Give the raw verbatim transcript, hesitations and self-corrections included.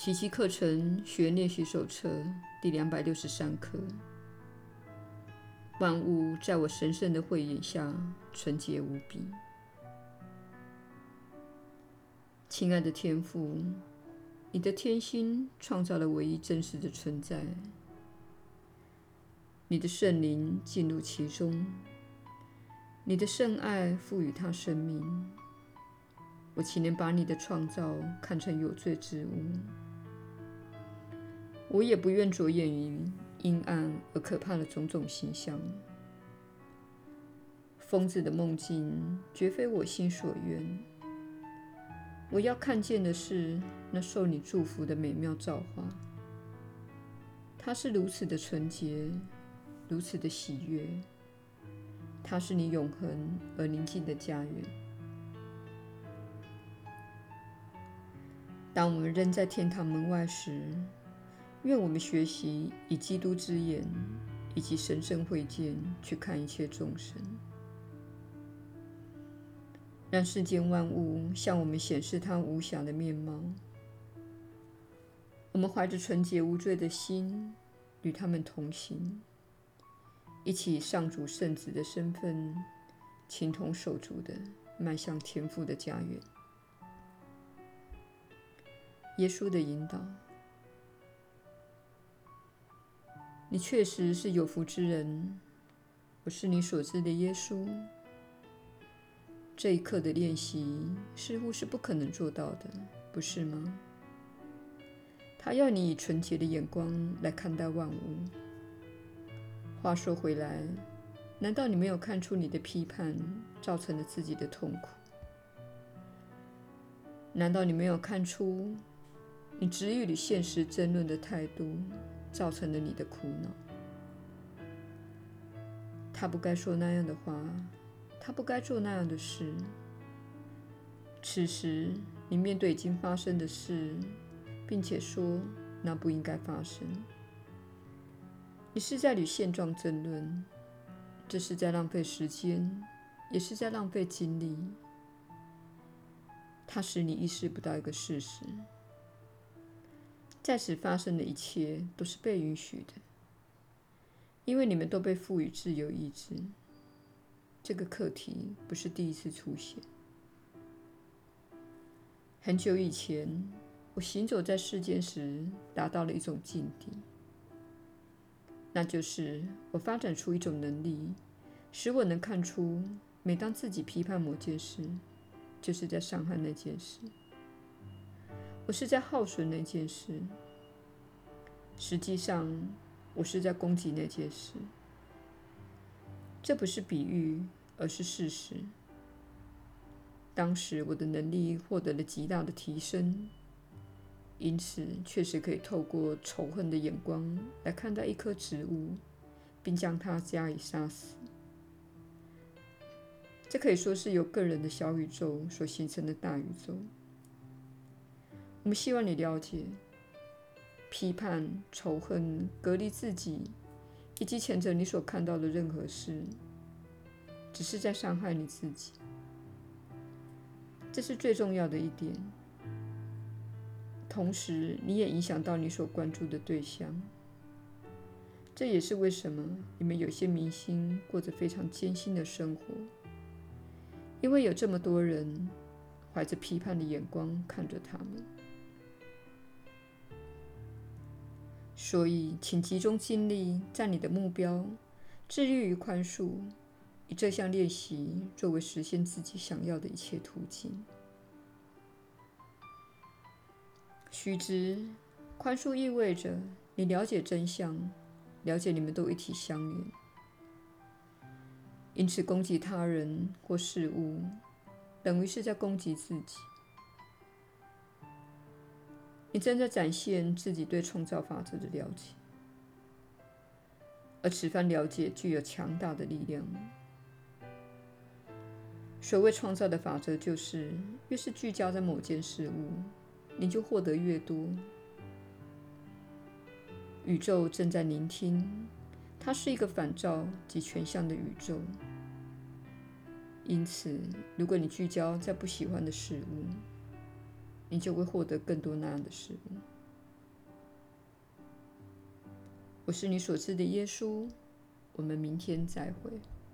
奇迹课程学练习手册第两百六十三课。万物在我神圣的慧眼下纯洁无比。亲爱的天父，你的天心创造了唯一真实的存在，你的圣灵进入其中，你的圣爱赋予它生命。我岂能把你的创造看成有罪之物？我也不愿着眼于阴暗而可怕的种种形象。疯子的梦境绝非我心所愿。我要看见的是那受你祝福的美妙造化，它是如此的纯洁，如此的喜悦，它是你永恒而宁静的家园。当我们仍在天堂门外时，愿我们学习以基督之眼以及神圣慧见去看一切众生，让世间万物向我们显示它无瑕的面貌。我们怀着纯洁无罪的心与他们同行，一起以上主圣子的身份情同手足地迈向天父的家园。耶稣的引导。你确实是有福之人，我是你所知的耶稣。这一刻的练习似乎是不可能做到的，不是吗？他要你以纯洁的眼光来看待万物。话说回来，难道你没有看出你的批判造成了自己的痛苦？难道你没有看出你执意与现实争论的态度造成了你的苦恼？他不该说那样的话，他不该做那样的事。此时，你面对已经发生的事，并且说那不应该发生。你是在与现状争论，这是在浪费时间，也是在浪费精力。它使你意识不到一个事实：在此发生的一切都是被允许的，因为你们都被赋予自由意志。这个课题不是第一次出现。很久以前，我行走在世间时达到了一种境地，那就是我发展出一种能力，使我能看出，每当自己批判某件事，就是在伤害那件事，我是在耗损那件事。实际上，我是在攻击那件事。这不是比喻，而是事实。当时我的能力获得了极大的提升，因此确实可以透过仇恨的眼光来看待一棵植物，并将它加以杀死。这可以说是由个人的小宇宙所形成的大宇宙。我们希望你了解，批判、仇恨、隔离自己，以及谴责你所看到的任何事，只是在伤害你自己。这是最重要的一点。同时，你也影响到你所关注的对象。这也是为什么你们有些明星过着非常艰辛的生活，因为有这么多人怀着批判的眼光看着他们。所以，请集中精力在你的目标，致力于宽恕，以这项练习作为实现自己想要的一切途径。须知，宽恕意味着你了解真相，了解你们都一体相连。因此，攻击他人或事物，等于是在攻击自己。你正在展现自己对创造法则的了解，而此番了解具有强大的力量。所谓创造的法则就是，越是聚焦在某件事物，你就获得越多。宇宙正在聆听，它是一个反照及全向的宇宙。因此，如果你聚焦在不喜欢的事物，你就会获得更多那样的事物。 我是你所知的耶稣。我们明天再会。